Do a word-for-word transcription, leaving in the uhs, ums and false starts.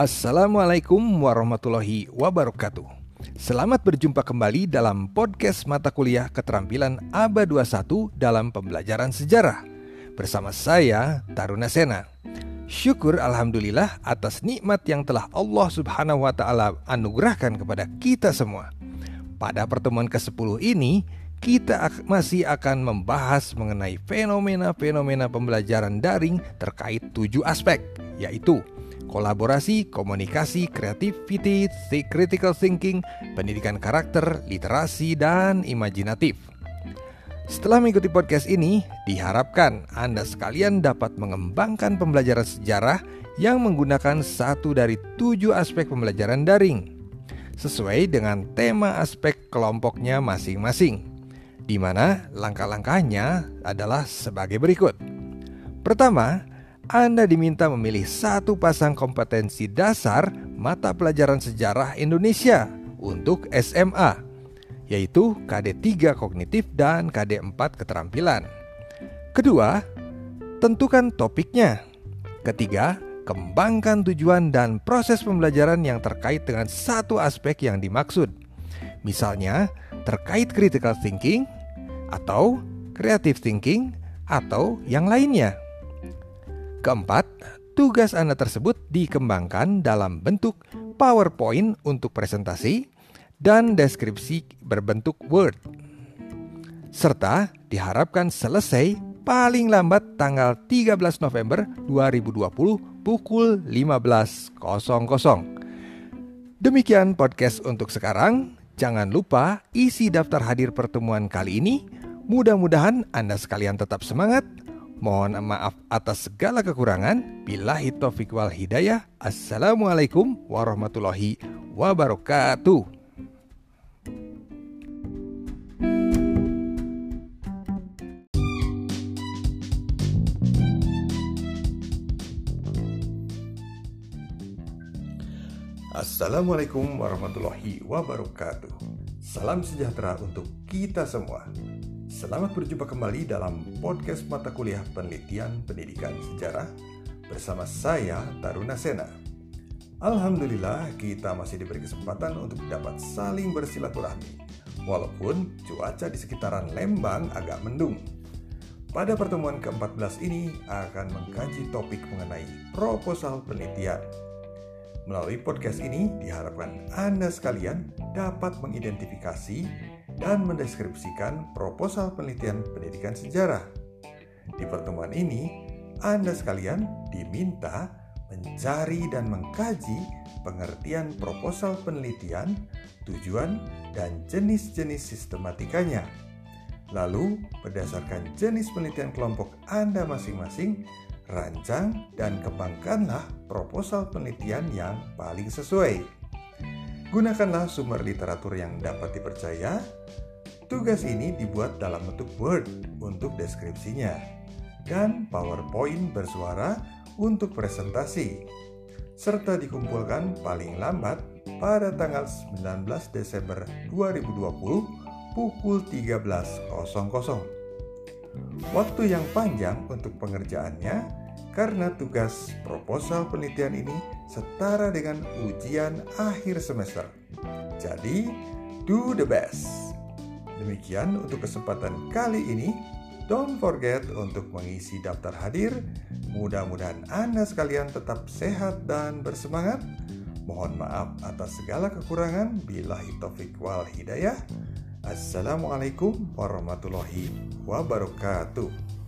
Assalamualaikum warahmatullahi wabarakatuh. Selamat berjumpa kembali dalam podcast mata kuliah keterampilan A B A dua puluh satu dalam pembelajaran sejarah. Bersama saya, Taruna Sena. Syukur Alhamdulillah atas nikmat yang telah Allah subhanahu wa ta'ala anugerahkan kepada kita semua. Pada pertemuan kesepuluh ini, kita masih akan membahas mengenai fenomena-fenomena pembelajaran daring terkait tujuh aspek, yaitu kolaborasi, komunikasi, creativity, critical thinking, pendidikan karakter, literasi, dan imajinatif. Setelah mengikuti podcast ini, diharapkan Anda sekalian dapat mengembangkan pembelajaran sejarah yang menggunakan satu dari tujuh aspek pembelajaran daring, sesuai dengan tema aspek kelompoknya masing-masing, di mana langkah-langkahnya adalah sebagai berikut. Pertama, Anda diminta memilih satu pasang kompetensi dasar mata pelajaran sejarah Indonesia untuk S M A, yaitu K D tiga kognitif dan K D empat keterampilan. Kedua, tentukan topiknya. Ketiga, kembangkan tujuan dan proses pembelajaran yang terkait dengan satu aspek yang dimaksud. Misalnya, terkait critical thinking, atau creative thinking, atau yang lainnya. Keempat, tugas Anda tersebut dikembangkan dalam bentuk PowerPoint untuk presentasi dan deskripsi berbentuk Word, serta diharapkan selesai paling lambat tanggal tiga belas November dua ribu dua puluh pukul lima belas. Demikian podcast untuk sekarang. Jangan lupa isi daftar hadir pertemuan kali ini. Mudah-mudahan Anda sekalian tetap semangat. Mohon maaf atas segala kekurangan. Billahi taufiq wal hidayah. Assalamualaikum warahmatullahi wabarakatuh. Assalamualaikum warahmatullahi wabarakatuh. Salam sejahtera untuk kita semua. Selamat berjumpa kembali dalam podcast mata kuliah penelitian pendidikan sejarah bersama saya, Taruna Sena. Alhamdulillah kita masih diberi kesempatan untuk dapat saling bersilaturahmi, walaupun cuaca di sekitaran Lembang agak mendung. Pada pertemuan keempat belas ini akan mengkaji topik mengenai proposal penelitian. Melalui podcast ini diharapkan Anda sekalian dapat mengidentifikasi dan mendeskripsikan proposal penelitian pendidikan sejarah. Di pertemuan ini, Anda sekalian diminta mencari dan mengkaji pengertian proposal penelitian, tujuan, dan jenis-jenis sistematikanya. Lalu, berdasarkan jenis penelitian kelompok Anda masing-masing, rancang dan kembangkanlah proposal penelitian yang paling sesuai. Gunakanlah sumber literatur yang dapat dipercaya. Tugas ini dibuat dalam bentuk Word untuk deskripsinya dan PowerPoint bersuara untuk presentasi, serta dikumpulkan paling lambat pada tanggal sembilan belas Desember dua ribu dua puluh pukul tiga belas. Waktu yang panjang untuk pengerjaannya karena tugas proposal penelitian ini setara dengan ujian akhir semester. Jadi, do the best. Demikian untuk kesempatan kali ini. Don't forget untuk mengisi daftar hadir. Mudah-mudahan Anda sekalian tetap sehat dan bersemangat. Mohon maaf atas segala kekurangan. Billahi taufiq wal hidayah. Assalamualaikum warahmatullahi wabarakatuh.